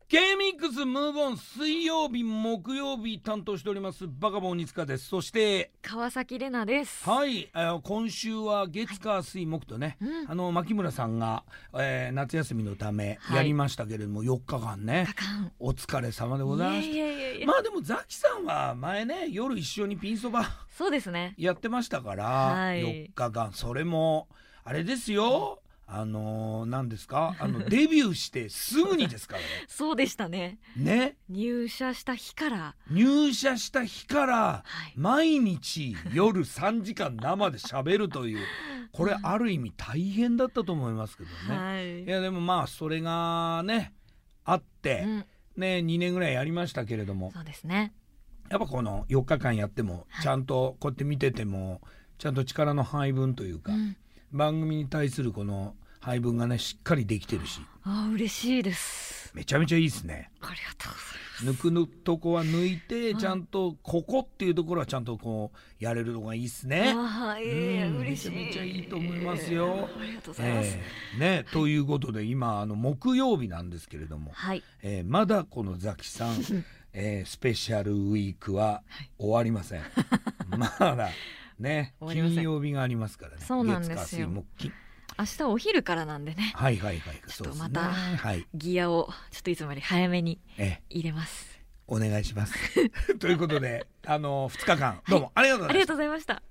K-MIX ムーブオン水曜日木曜日担当しておりますバカボン鬼塚です。そして川崎玲奈です。 はい、今週は月火水木とね、牧村さんが、夏休みのためやりましたけれども、4日間ねお疲れ様でございました。まあでもザキさんは前ね夜一緒にピンそばそうですねやってましたから、 はい、 4日間それもあれですよ、何ですか、デビューしてすぐにですからねそうでしたね。入社した日から毎日夜3時間生で喋るというこれある意味大変だったと思いますけどね、 はい、 いやでもまあそれがねあって、2年ぐらいやりましたけれども、 そうですね、 やっぱこの4日間やってもちゃんとこうやって見ててもちゃんと力の配分というか、番組に対するこの配分がねしっかりできてるし、 嬉しいです。 めちゃめちゃいいですね。 ありがとうございます。 抜くとこは抜いて、ちゃんとここっていうところはちゃんとこうやれるのがいいですね。 嬉しい、 めちゃめちゃいいと思いますよ。 ありがとうございます、 ということで今木曜日なんですけれども、まだこのザキさん、スペシャルウィークは終わりません、まだね金曜日がありますからね。 そうなんですよ。明日お昼からなんでね。ちょっとまたギアをちょっといつもより早めに入れます。 お願いしますということで2日間どうもありがとうございました。 ありがとうございました。